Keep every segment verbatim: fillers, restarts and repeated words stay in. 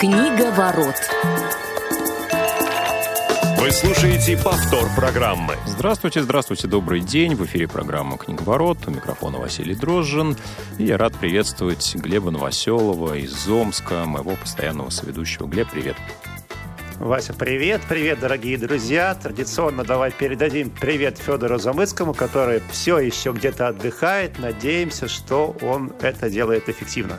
Книга ворот. Вы слушаете повтор программы. Здравствуйте, здравствуйте, добрый день. В эфире программа «Книговорот». У микрофона Василий Дрожжин. И я рад приветствовать Глеба Новоселова из Омска, моего постоянного соведущего. Глеб, привет. Вася, привет. Привет, дорогие друзья. Традиционно давай передадим привет Федору Замыцкому, который все еще где-то отдыхает. Надеемся, что он это делает эффективно.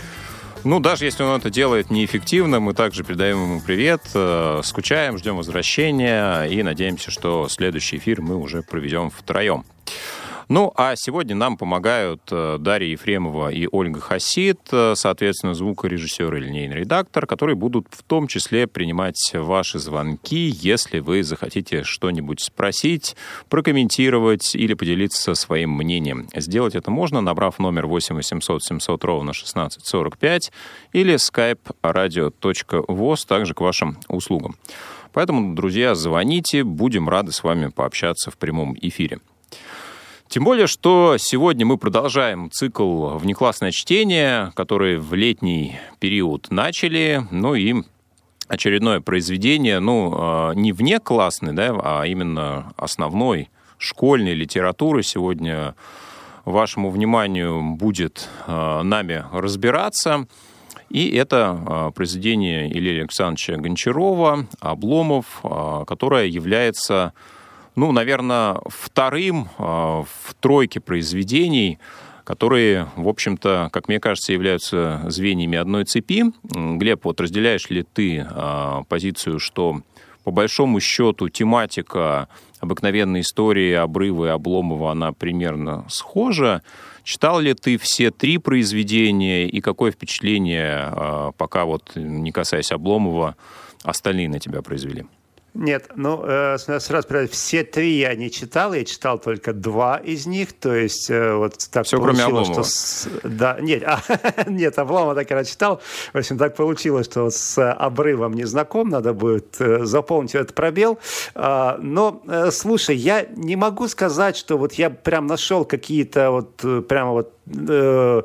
Ну, даже если он это делает неэффективно, мы также передаем ему привет, скучаем, ждем возвращения и надеемся, что следующий эфир мы уже проведем втроем. Ну, а сегодня нам помогают Дарья Ефремова и Ольга Хасид, соответственно, звукорежиссер и линейный редактор, которые будут в том числе принимать ваши звонки, если вы захотите что-нибудь спросить, прокомментировать или поделиться своим мнением. Сделать это можно, набрав номер восемь восемьсот семьсот ровно шестнадцать сорок пять или skype radio точка voz, также к вашим услугам. Поэтому, друзья, звоните, будем рады с вами пообщаться в прямом эфире. Тем более, что сегодня мы продолжаем цикл «Внеклассное чтение», который в летний период начали, ну и очередное произведение, ну, не внеклассный, да, а именно основной школьной литературы сегодня вашему вниманию будет нами разбираться. И это произведение Ильи Александровича Гончарова «Обломов», которое является... Ну, наверное, вторым э, в тройке произведений, которые, в общем-то, как мне кажется, являются звеньями одной цепи. Глеб, вот разделяешь ли ты э, позицию, что по большому счету тематика обыкновенной истории Обрыва и Обломова, она примерно схожа? Читал ли ты все три произведения и какое впечатление, э, пока вот не касаясь Обломова, остальные на тебя произвели? Нет, ну, э, сразу, все три я не читал, я читал только два из них, то есть э, вот так все, получилось, кроме Обломова. Что... С, да, нет, а, нет, Обломова так я читал, в общем, так получилось, что с Обрывом не знаком, надо будет э, заполнить этот пробел, а, но, э, слушай, я не могу сказать, что вот я прям нашел какие-то вот, прямо вот, э,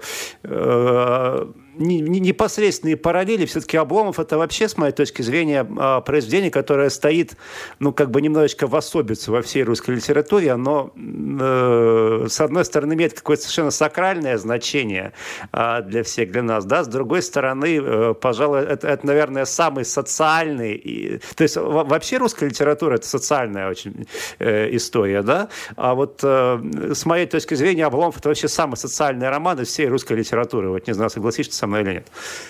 э, непосредственные параллели. Все-таки Обломов — это вообще, с моей точки зрения, произведение, которое стоит, ну, как бы немножечко в особицу во всей русской литературе. Оно, э, с одной стороны, имеет какое-то совершенно сакральное значение э, для всех, для нас, да, с другой стороны, э, пожалуй, это, это, наверное, самый социальный... И, то есть вообще русская литература — это социальная очень э, история, да, а вот э, с моей точки зрения Обломов — это вообще самый социальный роман из всей русской литературы. Вот не знаю, согласишься со мной или нет?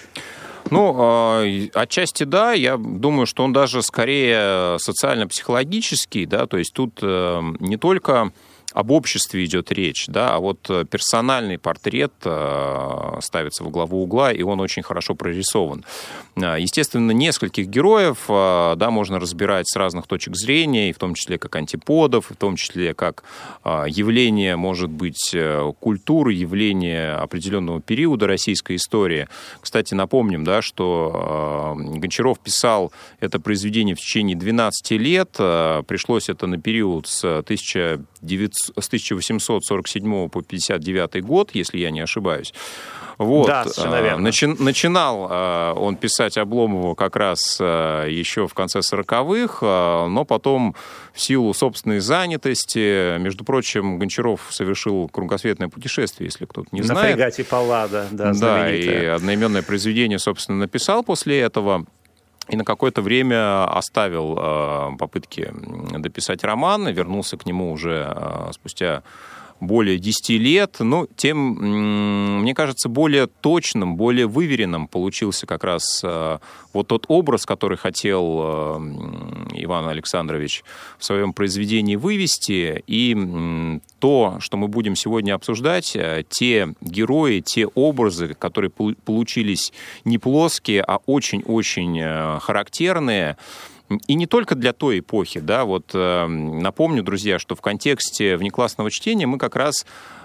Ну, э, отчасти да, я думаю, что он даже скорее социально-психологический, да, то есть тут э, не только об обществе идет речь, да, а вот персональный портрет э, ставится во главу угла, и он очень хорошо прорисован. Естественно, нескольких героев, э, да, можно разбирать с разных точек зрения, и в том числе как антиподов, в том числе как э, явление, может быть, культуры, явление определенного периода российской истории. Кстати, напомним, да, что э, Гончаров писал это произведение в течение двенадцати лет, э, пришлось это на период с тысяча восемьсот сорок седьмого по пятьдесят девятый год, если я не ошибаюсь. Вот. Да, совершенно верно. Начи- начинал э, он писать Обломова как раз э, еще в конце сороковых, э, но потом в силу собственной занятости, между прочим, Гончаров совершил кругосветное путешествие, если кто-то не На знает. На фрегате Паллада, да, знаменитое. Да, и одноименное произведение, собственно, написал после этого. И на какое-то время оставил э, попытки дописать роман, вернулся к нему уже э, спустя более десяти лет, но тем, мне кажется, более точным, более выверенным получился как раз э, вот тот образ, который хотел э, Иван Александрович в своем произведении вывести, и э, то, что мы будем сегодня обсуждать, э, те герои, те образы, которые по- получились не плоские, а очень-очень э, характерные. И не только для той эпохи, да, вот э, напомню, друзья, что в контексте внеклассного чтения мы как раз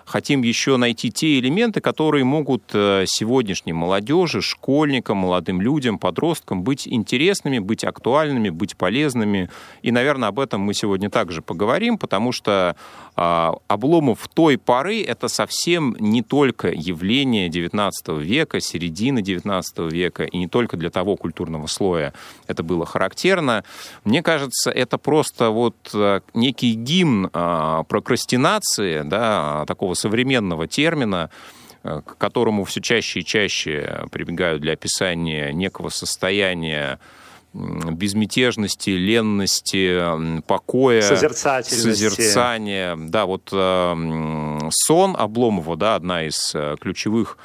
хотим еще найти те элементы, которые могут сегодняшней молодежи, школьникам, молодым людям, подросткам быть интересными, быть актуальными, быть полезными. И, наверное, об этом мы сегодня также поговорим, потому что э, Обломов той поры — это совсем не только явление девятнадцатого века, середины девятнадцатого века, и не только для того культурного слоя это было характерно. Мне кажется, это просто вот некий гимн э, прокрастинации, да, такого современного термина, к которому все чаще и чаще прибегают для описания некого состояния безмятежности, ленности, покоя, созерцания. Да, вот э, сон Обломова, да, одна из ключевых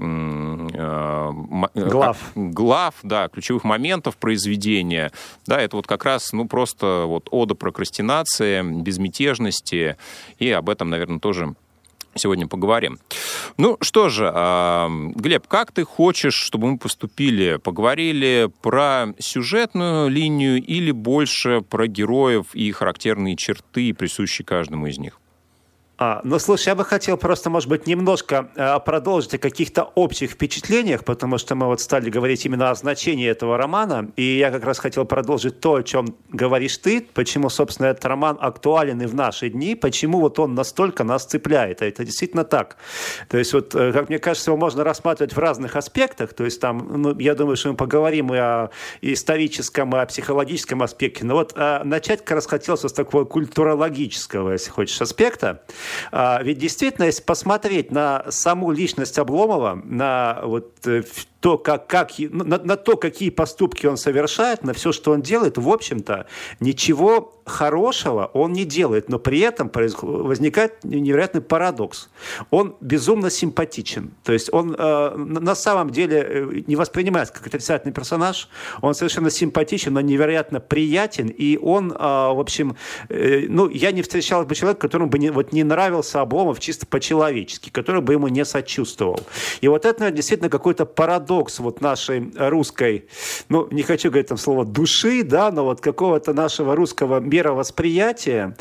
глав. глав, да, ключевых моментов произведения, да, это вот как раз, ну, просто вот ода прокрастинации, безмятежности, и об этом, наверное, тоже сегодня поговорим. Ну что же, Глеб, как ты хочешь, чтобы мы поступили? Поговорили про сюжетную линию или больше про героев и характерные черты, присущие каждому из них? А, ну, слушай, я бы хотел просто, может быть, немножко э, продолжить о каких-то общих впечатлениях, потому что мы вот стали говорить именно о значении этого романа, и я как раз хотел продолжить то, о чем говоришь ты, почему, собственно, этот роман актуален и в наши дни, почему вот он настолько нас цепляет. А это действительно так. То есть, вот, э, как мне кажется, его можно рассматривать в разных аспектах, то есть там, ну, я думаю, что мы поговорим и о историческом, и о психологическом аспекте, но вот э, начать как раз хотелось с такого культурологического, если хочешь, аспекта. Ведь действительно, если посмотреть на саму личность Обломова, на вот то, как, как, на, на то, какие поступки он совершает, на все, что он делает, в общем-то, ничего хорошего он не делает, но при этом возникает невероятный парадокс. Он безумно симпатичен. То есть он э, на самом деле не воспринимается как отрицательный персонаж, он совершенно симпатичен, он невероятно приятен, и он, э, в общем, э, ну, я не встречал бы человека, которому бы не, вот, не нравился Обломов чисто по-человечески, который бы ему не сочувствовал. И вот это, наверное, действительно какой-то парадокс вот нашей русской, ну, не хочу говорить там слово души, да, но вот какого-то нашего русского мировосприятия.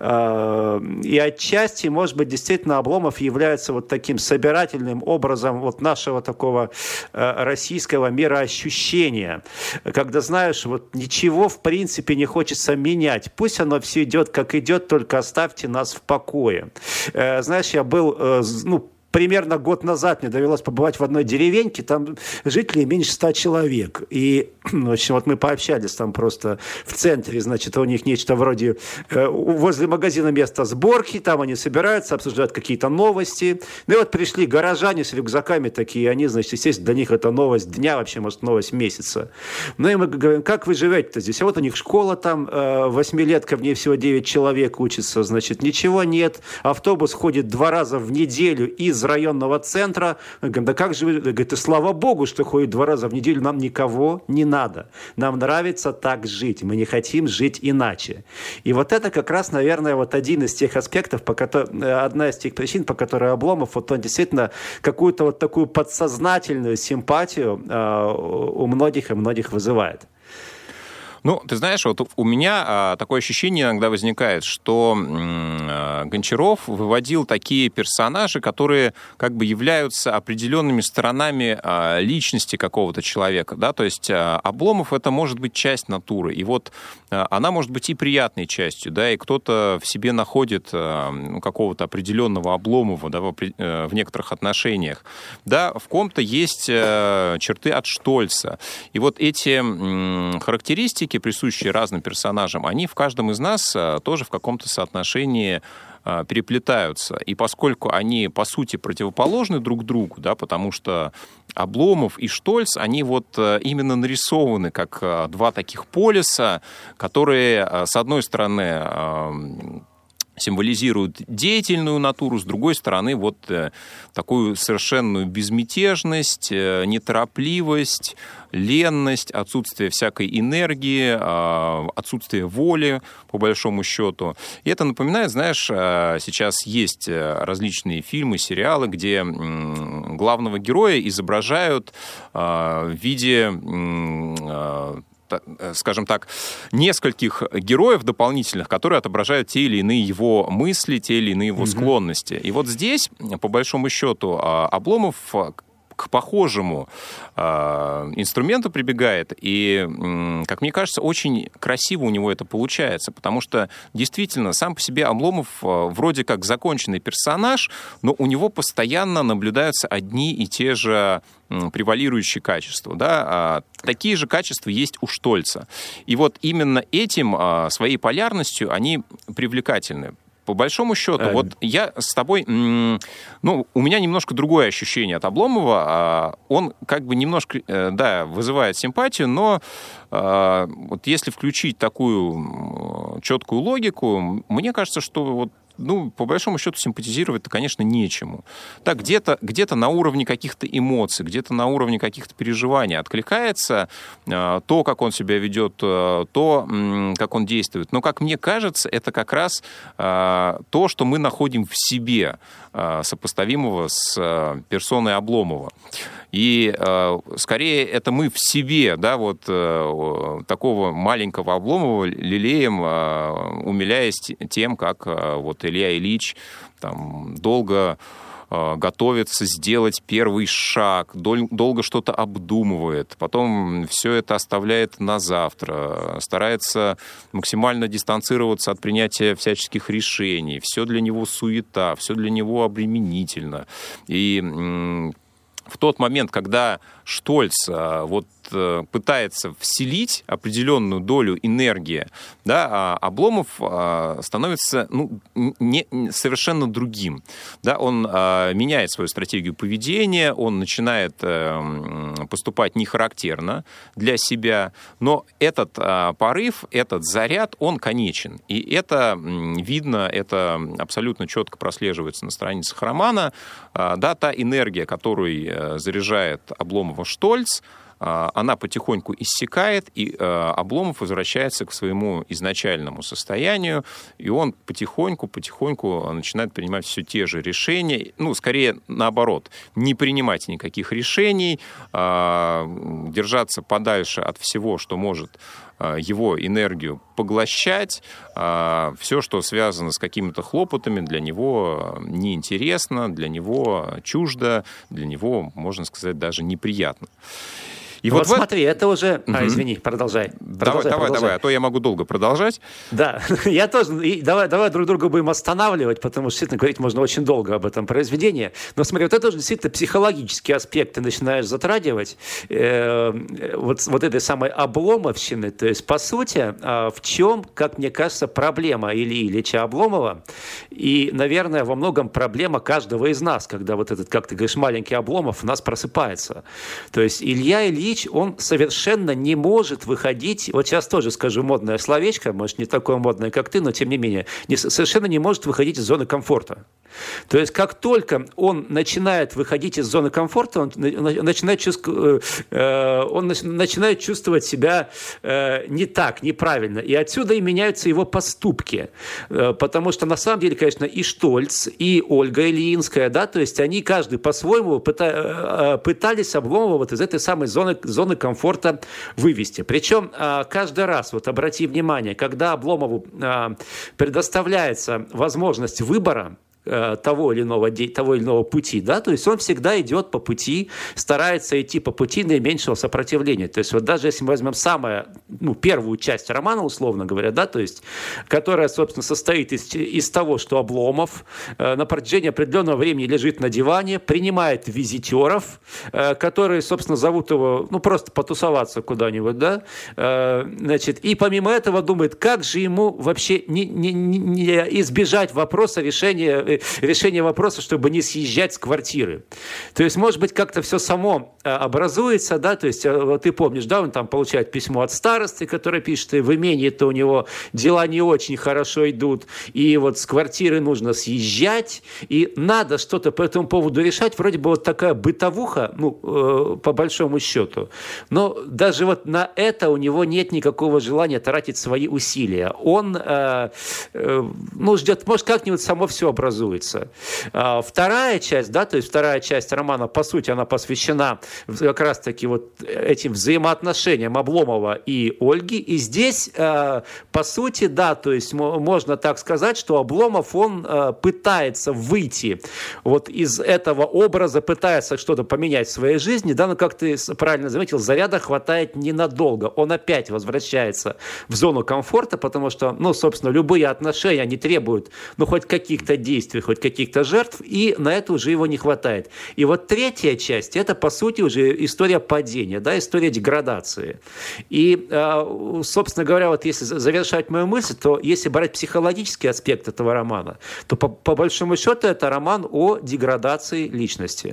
Э, и отчасти, может быть, действительно Обломов является вот таким собирательным образом вот нашего такого э, российского мироощущения. Когда, знаешь, вот ничего в принципе не хочется менять. Пусть оно все идет, как идет, только оставьте нас в покое. Э, знаешь, я был, э, ну, примерно год назад мне довелось побывать в одной деревеньке, там жителей меньше ста человек. И, в общем, вот мы пообщались там просто в центре, значит, у них нечто вроде э, возле магазина место сборки, там они собираются, обсуждают какие-то новости. Ну и вот пришли горожане с рюкзаками такие, они, значит, естественно, для них это новость дня, вообще, может, новость месяца. Ну и мы говорим, как вы живете-то здесь? А вот у них школа там, э, восьмилетка, в ней всего девять человек учится, значит, ничего нет. Автобус ходит два раза в неделю из районного центра. Мы говорим, да как же вы? Говорит, и слава богу, что ходит два раза в неделю, нам никого не надо. Нам нравится так жить, мы не хотим жить иначе. И вот это как раз, наверное, вот один из тех аспектов, по которым, одна из тех причин, по которой Обломов, вот он действительно какую-то вот такую подсознательную симпатию э, у многих и многих вызывает. Ну, ты знаешь, вот у меня а, такое ощущение иногда возникает, что м, Гончаров выводил такие персонажи, которые как бы являются определенными сторонами а, личности какого-то человека, да, то есть а, Обломов — это может быть часть натуры, и вот а, она может быть и приятной частью, да, и кто-то в себе находит а, ну, какого-то определенного Обломова, да, в, в некоторых отношениях, да, в ком-то есть а, черты от Штольца, и вот эти м, характеристики, присущие разным персонажам, они в каждом из нас тоже в каком-то соотношении переплетаются. И поскольку они, по сути, противоположны друг другу, да, потому что Обломов и Штольц, они вот именно нарисованы как два таких полюса, которые, с одной стороны, символизируют деятельную натуру, с другой стороны, вот э, такую совершенную безмятежность, э, неторопливость, ленность, отсутствие всякой энергии, э, отсутствие воли, по большому счету. И это напоминает, знаешь, э, сейчас есть различные фильмы, сериалы, где э, главного героя изображают э, в виде... Э, скажем так, нескольких героев дополнительных, которые отображают те или иные его мысли, те или иные его mm-hmm. склонности. И вот здесь, по большому счету, Обломов к похожему э, инструменту прибегает, и, э, как мне кажется, очень красиво у него это получается, потому что действительно сам по себе Обломов э, вроде как законченный персонаж, но у него постоянно наблюдаются одни и те же э, превалирующие качества. Да? А такие же качества есть у Штольца. И вот именно этим, э, своей полярностью, они привлекательны. По большому счету, а, вот я с тобой, ну, у меня немножко другое ощущение от Обломова. Он как бы немножко, да, вызывает симпатию, но вот если включить такую четкую логику, мне кажется, что вот, ну, по большому счету, симпатизировать-то, конечно, нечему. Так, где-то, где-то на уровне каких-то эмоций, где-то на уровне каких-то переживаний откликается э, то, как он себя ведет, э, то, э, как он действует. Но, как мне кажется, это как раз э, то, что мы находим в себе, э, сопоставимого с э, персоной Обломова. И э, скорее это мы в себе, да, вот э, такого маленького Обломова лелеем, э, умиляясь тем, как э, вот Илья Ильич там долго э, готовится сделать первый шаг, дол- долго что-то обдумывает, потом все это оставляет на завтра, старается максимально дистанцироваться от принятия всяческих решений, все для него суета, все для него обременительно. И м- в тот момент, когда Штольц вот, пытается вселить определенную долю энергии, да, Обломов становится, ну, не, совершенно другим. Да, он меняет свою стратегию поведения, он начинает поступать нехарактерно для себя, но этот порыв, этот заряд, он конечен. И это видно, это абсолютно четко прослеживается на страницах романа. Да, та энергия, которую заряжает Обломова Штольц, она потихоньку иссякает, и Обломов возвращается к своему изначальному состоянию, и он потихоньку-потихоньку начинает принимать все те же решения, ну, скорее наоборот, не принимать никаких решений, держаться подальше от всего, что может его энергию поглощать. Все, что связано с какими-то хлопотами, для него неинтересно, для него чуждо, для него, можно сказать, даже неприятно. И вот, вот смотри, это уже... Угу. А, извини, продолжай. Давай, продолжай, давай, продолжай. давай, а то я могу долго продолжать. Да, я тоже. И давай, давай друг друга будем останавливать, потому что действительно говорить можно очень долго об этом произведении. Но смотри, вот это уже действительно психологический аспект ты начинаешь затрагивать. Э, вот, вот этой самой обломовщины. То есть, по сути, в чем, как мне кажется, проблема Ильи Ильича Обломова? И, наверное, во многом проблема каждого из нас, когда вот этот, как ты говоришь, маленький Обломов в нас просыпается. То есть Илья Ильич, он совершенно не может выходить, вот сейчас тоже скажу модное словечко, может, не такое модное, как ты, но тем не менее, не, совершенно не может выходить из зоны комфорта. То есть, как только он начинает выходить из зоны комфорта, он начинает, чувств... он начинает чувствовать себя не так, неправильно. И отсюда и меняются его поступки. Потому что, на самом деле, конечно, и Штольц, и Ольга Ильинская, да, то есть, они каждый по-своему пытались Обломова вот из этой самой зоны зоны комфорта вывести. Причем каждый раз, вот обрати внимание, когда Обломову предоставляется возможность выбора того или иного, того или иного пути, да, то есть он всегда идет по пути, старается идти по пути наименьшего сопротивления. То есть вот даже если мы возьмем самую, ну, первую часть романа, условно говоря, да, то есть, которая, собственно, состоит из, из того, что Обломов э, на протяжении определенного времени лежит на диване, принимает визитеров, э, которые, собственно, зовут его, ну, просто потусоваться куда-нибудь, да, э, значит, и помимо этого думает, как же ему вообще не, не, не избежать вопроса решения решение вопроса, чтобы не съезжать с квартиры. То есть, может быть, как-то все само образуется, да, то есть, вот ты помнишь, да, он там получает письмо от старосты, который пишет, и в имении-то у него дела не очень хорошо идут, и вот с квартиры нужно съезжать, и надо что-то по этому поводу решать, вроде бы вот такая бытовуха, ну, э, по большому счету. Но даже вот на это у него нет никакого желания тратить свои усилия. Он, э, э, ну, ждет, может, как-нибудь само все образуется. чередуется. Вторая часть, да, то есть вторая часть романа, по сути, она посвящена как раз-таки вот этим взаимоотношениям Обломова и Ольги. И здесь, по сути, да, то есть можно так сказать, что Обломов, он пытается выйти вот из этого образа, пытается что-то поменять в своей жизни, да, но, как ты правильно заметил, заряда хватает ненадолго. Он опять возвращается в зону комфорта, потому что, ну, собственно, любые отношения, они требуют, ну, хоть каких-то действий, хоть каких-то жертв, и на это уже его не хватает. И вот третья часть, это, по сути, уже история падения, да, история деградации. И, собственно говоря, вот если завершать мою мысль, то если брать психологический аспект этого романа, то, по, по большому счету, это роман о деградации личности.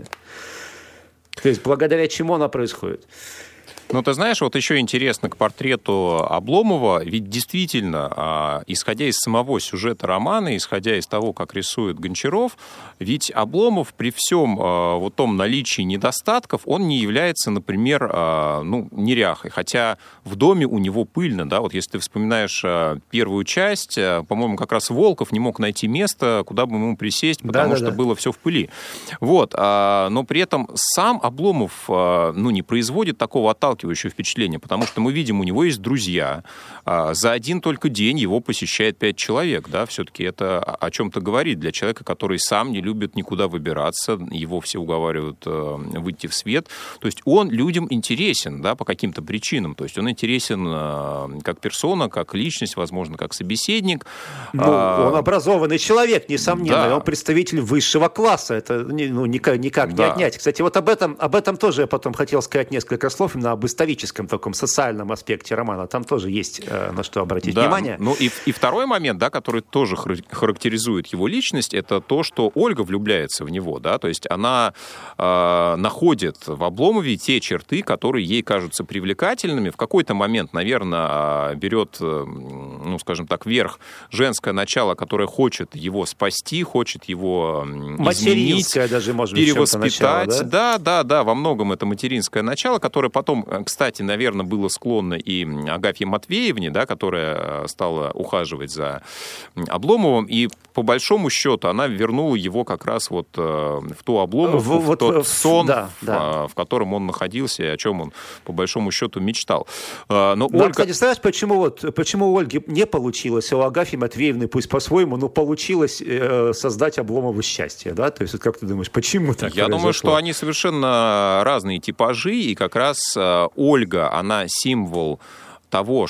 То есть, благодаря чему она происходит. Ну, ты знаешь, вот еще интересно к портрету Обломова, ведь действительно, исходя из самого сюжета романа, исходя из того, как рисует Гончаров, ведь Обломов при всем вот том наличии недостатков, он не является, например, ну, неряхой, хотя в доме у него пыльно, да, вот если ты вспоминаешь первую часть, по-моему, как раз Волков не мог найти место, куда бы ему присесть, потому да, что да, да. было все в пыли. Вот, но при этом сам Обломов, ну, не производит такого отталкивания, впечатление, потому что мы видим, у него есть друзья. За один только день его посещает пять человек. Да? Все-таки это о чем-то говорит для человека, который сам не любит никуда выбираться, его все уговаривают выйти в свет. То есть он людям интересен, да, по каким-то причинам. То есть он интересен как персона, как личность, возможно, как собеседник. Ну, он образованный человек, несомненно. Да. Он представитель высшего класса. Это ну, никак, никак да. не отнять. Кстати, вот об этом, об этом тоже я потом хотел сказать несколько слов, именно об историческом таком социальном аспекте романа. Там тоже есть э, на что обратить да. внимание. Ну и, и второй момент, да, который тоже характеризует его личность, это то, что Ольга влюбляется в него. Да? То есть она э, находит в Обломове те черты, которые ей кажутся привлекательными. В какой-то момент, наверное, берет, ну, скажем так, верх женское начало, которое хочет его спасти, хочет его изменить, даже, может быть, перевоспитать. Начало, да? да, да, да, во многом это материнское начало, которое потом, кстати, наверное, было склонно и Агафье Матвеевне, да, которая стала ухаживать за Обломовым, и по большому счету она вернула его как раз вот в ту Обломовку, в, в вот, тот сон, да, в, да. в котором он находился и о чем он по большому счету мечтал. Но да, Ольга... Кстати, знаешь, почему, вот, почему у Ольги не получилось, а у Агафьи Матвеевны, пусть по-своему, но получилось э, создать Обломову счастье, да? То есть, вот как ты думаешь, почему так Я произошло? думаю, что они совершенно разные типажи, и как раз Ольга, она символ того,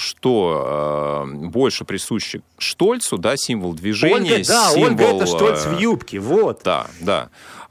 что э, больше присуще Штольцу, да, символ движения. Ольга, да, символ, Ольга это Штольц в юбке, вот. Да, да.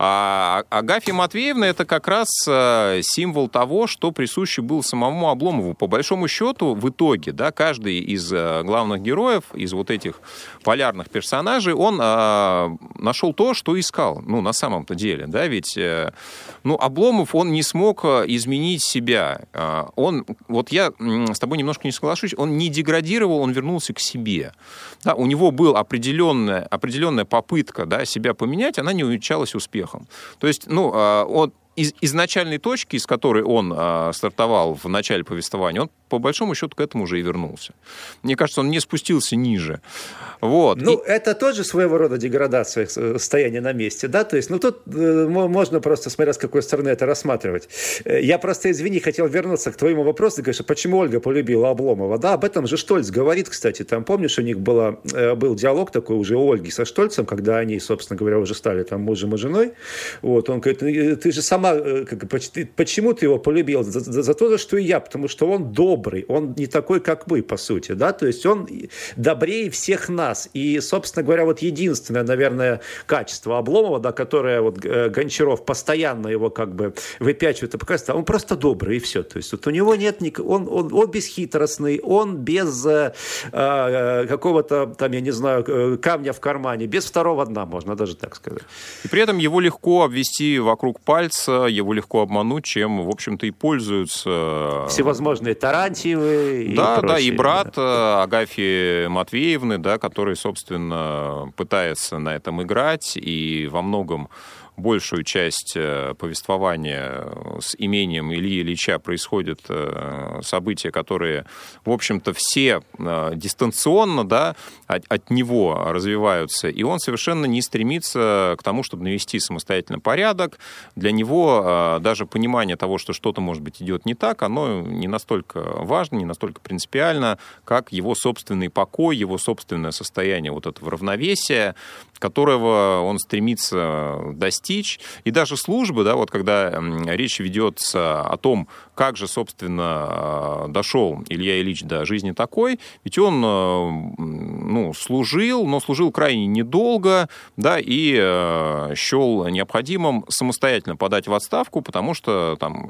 А Агафья Матвеевна это как раз символ того, что присуще был самому Обломову. По большому счету, в итоге, да, каждый из главных героев, из вот этих полярных персонажей, он а, нашел то, что искал. Ну, на самом-то деле, да, ведь ну, Обломов, он не смог изменить себя. Он, вот я с тобой немножко не соглашусь, он не деградировал, он вернулся к себе. Да, у него была определенная, определенная попытка, да, себя поменять, она не увенчалась успехом. То есть, ну, он из изначальной точки, из которой он а, стартовал в начале повествования, он по большому счету к этому уже и вернулся. Мне кажется, он не спустился ниже. Вот. Ну, и... это тоже своего рода деградация, стояние на месте, да? То есть, ну, тут э, можно просто, смотря с какой стороны это рассматривать. Я просто, извини, хотел вернуться к твоему вопросу, конечно, почему Ольга полюбила Обломова. Да, об этом же Штольц говорит, кстати. Там, помнишь, у них было, э, был диалог такой уже у Ольги со Штольцем, когда они, собственно говоря, уже стали там мужем и женой. Вот, он говорит, ты же сама Как, почему ты его полюбил? За, за, за то, что и я, потому что он добрый, он не такой, как мы, по сути, да, то есть он добрее всех нас, и, собственно говоря, вот единственное, наверное, качество Обломова, да, которое вот Гончаров постоянно его как бы выпячивает и показывает, он просто добрый, и все, то есть вот у него нет, ник... он, он, он бесхитростный, он без э, какого-то, там, я не знаю, камня в кармане, без второго дна, можно даже так сказать. И при этом его легко обвести вокруг пальца, его легко обмануть, чем, в общем-то, и пользуются... Всевозможные Тарантьевы и Да, прочие, да, и брат да. Агафьи Матвеевны, да, который, собственно, пытается на этом играть и во многом большую часть повествования с имением Ильи Ильича происходят события, которые, в общем-то, все дистанционно, да, от, от него развиваются, и он совершенно не стремится к тому, чтобы навести самостоятельно порядок. Для него даже понимание того, что что-то, может быть, идет не так, оно не настолько важно, не настолько принципиально, как его собственный покой, его собственное состояние вот этого равновесия, которого он стремится достичь. И даже службы, да, вот когда речь ведется о том, как же, собственно, дошел Илья Ильич до жизни такой, ведь он, ну, служил, но служил крайне недолго, да, и счел необходимым самостоятельно подать в отставку, потому что там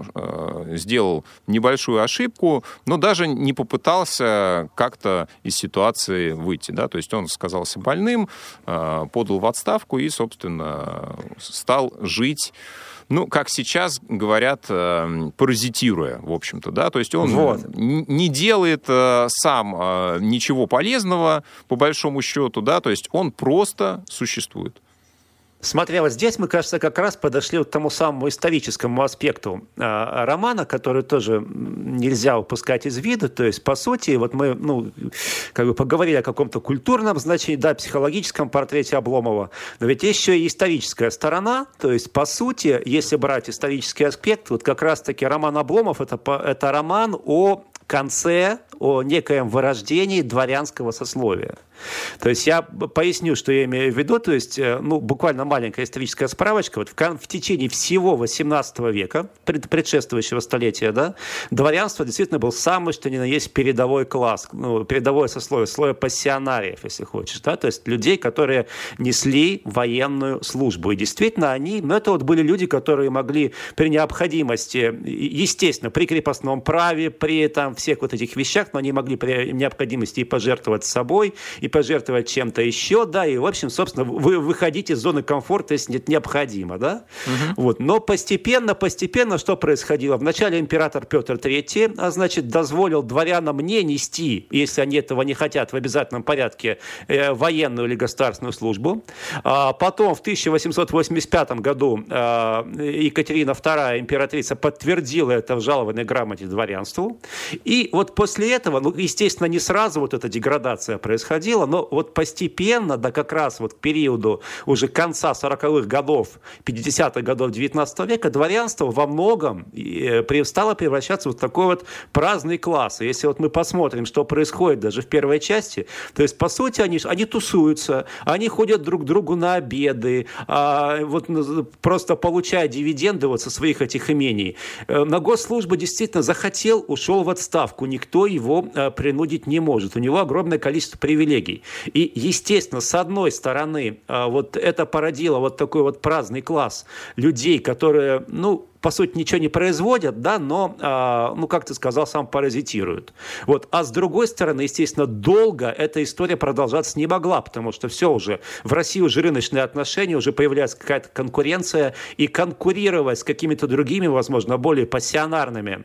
сделал небольшую ошибку, но даже не попытался как-то из ситуации выйти, да, то есть он сказался больным, подал в отставку и, собственно, стал жить, ну, как сейчас говорят, паразитируя, в общем-то, да, то есть он вот. не делает сам ничего полезного, по большому счету, да, то есть он просто существует. Смотри, вот здесь мы, кажется, как раз подошли к тому самому историческому аспекту э, романа, который тоже нельзя упускать из виду. То есть, по сути, вот мы, ну, как бы поговорили о каком-то культурном значении, да, психологическом портрете Обломова, но ведь есть еще и историческая сторона. То есть, по сути, если брать исторический аспект, вот как раз-таки роман Обломов это, – это роман о конце, о некоем вырождении дворянского сословия. То есть я поясню, что я имею в виду. То есть, ну, буквально маленькая историческая справочка. Вот в, в течение всего восемнадцатого века, пред, предшествующего столетия, да, дворянство действительно был самый, что ни на есть, передовой класс, ну, передовое сословие, слой пассионариев, если хочешь, да, то есть людей, которые несли военную службу. И действительно они, ну, это вот были люди, которые могли при необходимости, естественно, при крепостном праве, при там всех вот этих вещах, но они могли при необходимости и пожертвовать собой, и пожертвовать чем-то еще, да, и, в общем, собственно, вы выходите из зоны комфорта, если это необходимо, да. Угу. Вот. Но постепенно, постепенно что происходило? Вначале император Петр Третий, а, значит, дозволил дворянам не нести, если они этого не хотят, в обязательном порядке, э, военную или государственную службу. А потом в тысяча восемьсот восемьдесят пятом году э, Екатерина Вторая, императрица, подтвердила это в жалованной грамоте дворянству. И вот после этого, ну, естественно, не сразу вот эта деградация происходила, но вот постепенно, да, как раз вот к периоду уже конца сороковых годов, пятидесятых годов девятнадцатого века, дворянство во многом стало превращаться в вот такой вот праздный класс. И если вот мы посмотрим, что происходит даже в первой части, то есть, по сути, они, они тусуются, они ходят друг к другу на обеды, а, вот просто получая дивиденды вот со своих этих имений. На госслужбу действительно захотел, ушел в отставку, никто его а, принудить не может. У него огромное количество привилегий. И, естественно, с одной стороны, вот это породило вот такой вот праздный класс людей, которые, ну, по сути, ничего не производят, да, но, э, ну, как ты сказал, сам паразитируют. Вот. А с другой стороны, естественно, долго эта история продолжаться не могла, потому что все уже, в России уже рыночные отношения, уже появляется какая-то конкуренция, и конкурировать с какими-то другими, возможно, более пассионарными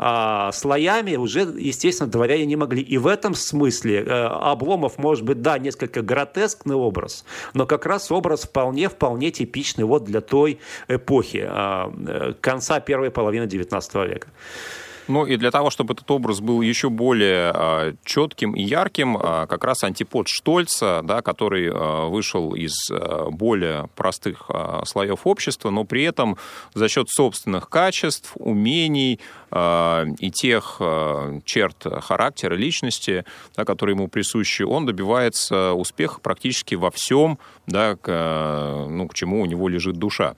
э, слоями уже, естественно, дворяне не могли. И в этом смысле э, Обломов, может быть, да, несколько гротескный образ, но как раз образ вполне-вполне типичный вот для той эпохи, э, конца первой половины девятнадцатого века. Ну и для того, чтобы этот образ был еще более а, четким и ярким, а, как раз антипод Штольца, да, который а, вышел из а, более простых а, слоев общества, но при этом за счет собственных качеств, умений а, и тех а, черт характера, личности, да, которые ему присущи, он добивается успеха практически во всем, да, к, ну, к чему у него лежит душа.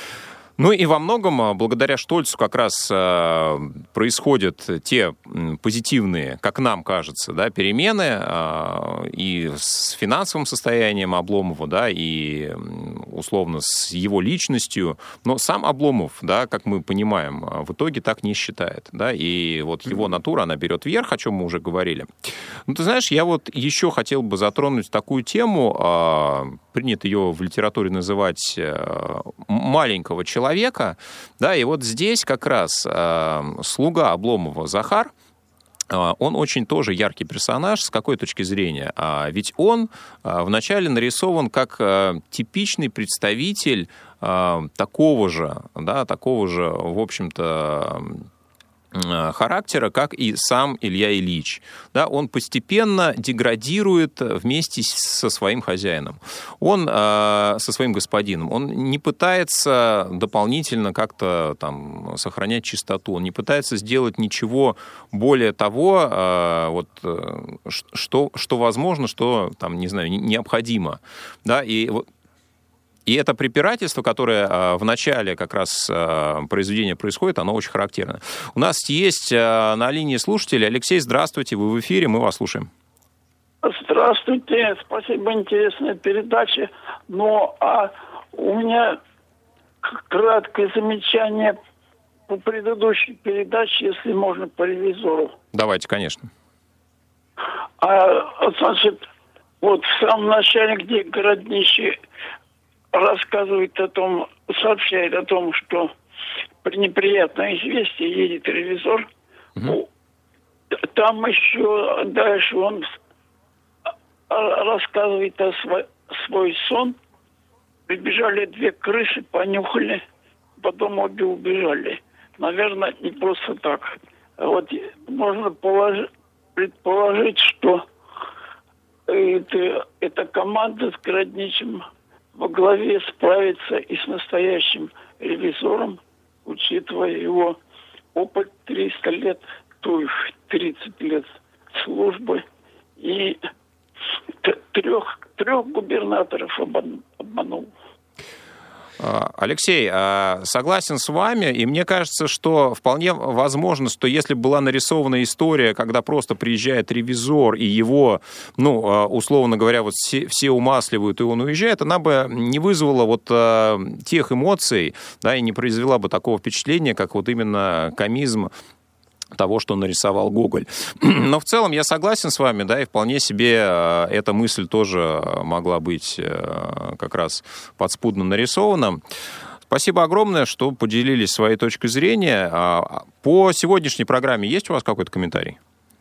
Ну и во многом благодаря Штольцу как раз э, происходят те позитивные, как нам кажется, да, перемены э, и с финансовым состоянием Обломова, да, и условно с его личностью. Но сам Обломов, да, как мы понимаем, в итоге так не считает. Да, и вот его натура, она берет верх, о чем мы уже говорили. Ну, ты знаешь, я вот еще хотел бы затронуть такую тему, э, принято ее в литературе называть э, маленького человека. Человека, да, и вот здесь как раз э, слуга Обломова Захар, он очень тоже яркий персонаж. С какой точки зрения? Ведь он вначале нарисован как типичный представитель такого же, да, такого же, в общем-то, характера, как и сам Илья Ильич. Да, он постепенно деградирует вместе со своим хозяином. Он э, со своим господином. Он не пытается дополнительно как-то там сохранять чистоту. Он не пытается сделать ничего более того, э, вот, э, что, что возможно, что там, не знаю, необходимо. Да, и вот И это препирательство, которое э, в начале как раз э, произведения происходит, оно очень характерно. У нас есть э, на линии слушатели. Алексей, здравствуйте, вы в эфире, мы вас слушаем. Здравствуйте, спасибо, интересная передача. Ну, а у меня краткое замечание по предыдущей передаче, если можно, по ревизору. Давайте, конечно. А, значит, вот в самом начале, где городничий рассказывает о том, сообщает о том, что при неприятном известии едет ревизор. Угу. Там еще дальше он рассказывает о свой, свой сон. Прибежали две крысы, понюхали, потом обе убежали. Наверное, не просто так. Вот можно положить, предположить, что это, эта команда с городничим во главе справится и с настоящим ревизором, учитывая его опыт триста лет, то есть тридцать лет службы, и трех, трех губернаторов обманул. Алексей, согласен с вами, и мне кажется, что вполне возможно, что если бы была нарисована история, когда просто приезжает ревизор, и его, ну, условно говоря, вот все, все умасливают, и он уезжает, она бы не вызвала вот тех эмоций, да, и не произвела бы такого впечатления, как вот именно комизм того, что нарисовал Гоголь. Но в целом я согласен с вами, да, и вполне себе эта мысль тоже могла быть как раз подспудно нарисована. Спасибо огромное, что поделились своей точкой зрения. По сегодняшней программе есть у вас какой-то комментарий?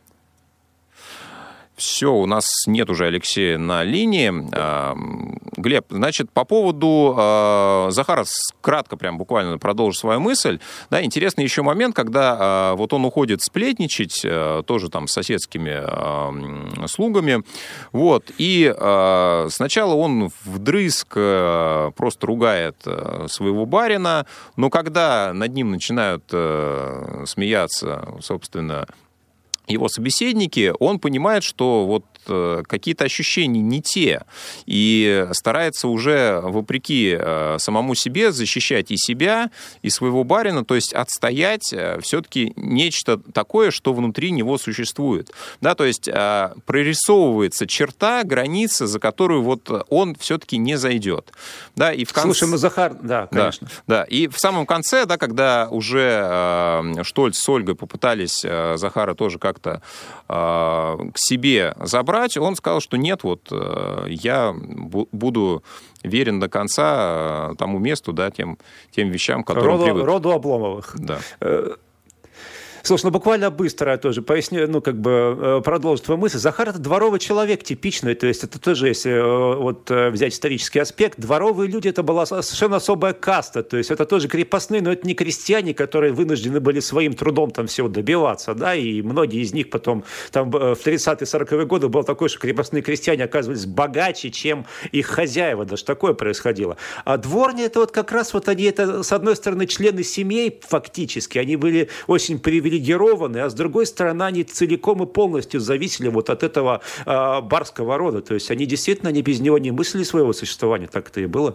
Все, у нас нет уже Алексея на линии. Глеб, значит, по поводу э, Захара, кратко прям буквально продолжу свою мысль. Да, интересный еще момент, когда э, вот он уходит сплетничать, э, тоже там с соседскими э, слугами, вот, и э, сначала он вдрызг э, просто ругает э, своего барина, но когда над ним начинают э, смеяться, собственно, его собеседники, он понимает, что вот какие-то ощущения не те, и старается уже, вопреки самому себе, защищать и себя, и своего барина, то есть отстоять все-таки нечто такое, что внутри него существует. Да, то есть прорисовывается черта, граница, за которую вот он все-таки не зайдет. Да, и в конце... Слушай, ну Захар, да, конечно. Да, да, и в самом конце, да, когда уже Штольц с Ольгой попытались Захара тоже как-то к себе забрать, он сказал, что нет, вот я буду верен до конца тому месту, да, тем, тем вещам, к которым роду, привык. Роду Обломовых. Да. Слушай, ну буквально быстро я тоже поясню, ну как бы продолжу твою мысль. Захар — это дворовый человек типичный, то есть это тоже, если вот взять исторический аспект, дворовые люди — это была совершенно особая каста, то есть это тоже крепостные, но это не крестьяне, которые вынуждены были своим трудом там всего добиваться, да, и многие из них потом там в тридцатые-сороковые годы было такое, что крепостные крестьяне оказывались богаче, чем их хозяева, даже такое происходило. А дворни — это вот как раз вот они, это с одной стороны члены семей фактически, они были очень привилегированы, а с другой стороны, они целиком и полностью зависели вот от этого э, барского рода. То есть они действительно не без него не мыслили своего существования. Так это и было.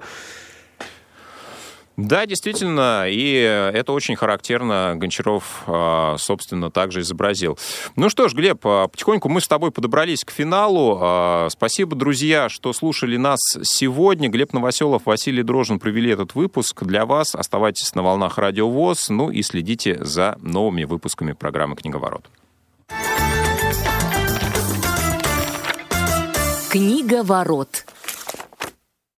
Да, действительно, и это очень характерно Гончаров, собственно, также изобразил. Ну что ж, Глеб, потихоньку мы с тобой подобрались к финалу. Спасибо, друзья, что слушали нас сегодня. Глеб Новоселов, Василий Дрожжин провели этот выпуск для вас. Оставайтесь на волнах Радио ВОС, ну и следите за новыми выпусками программы «Книговорот». «Книговорот».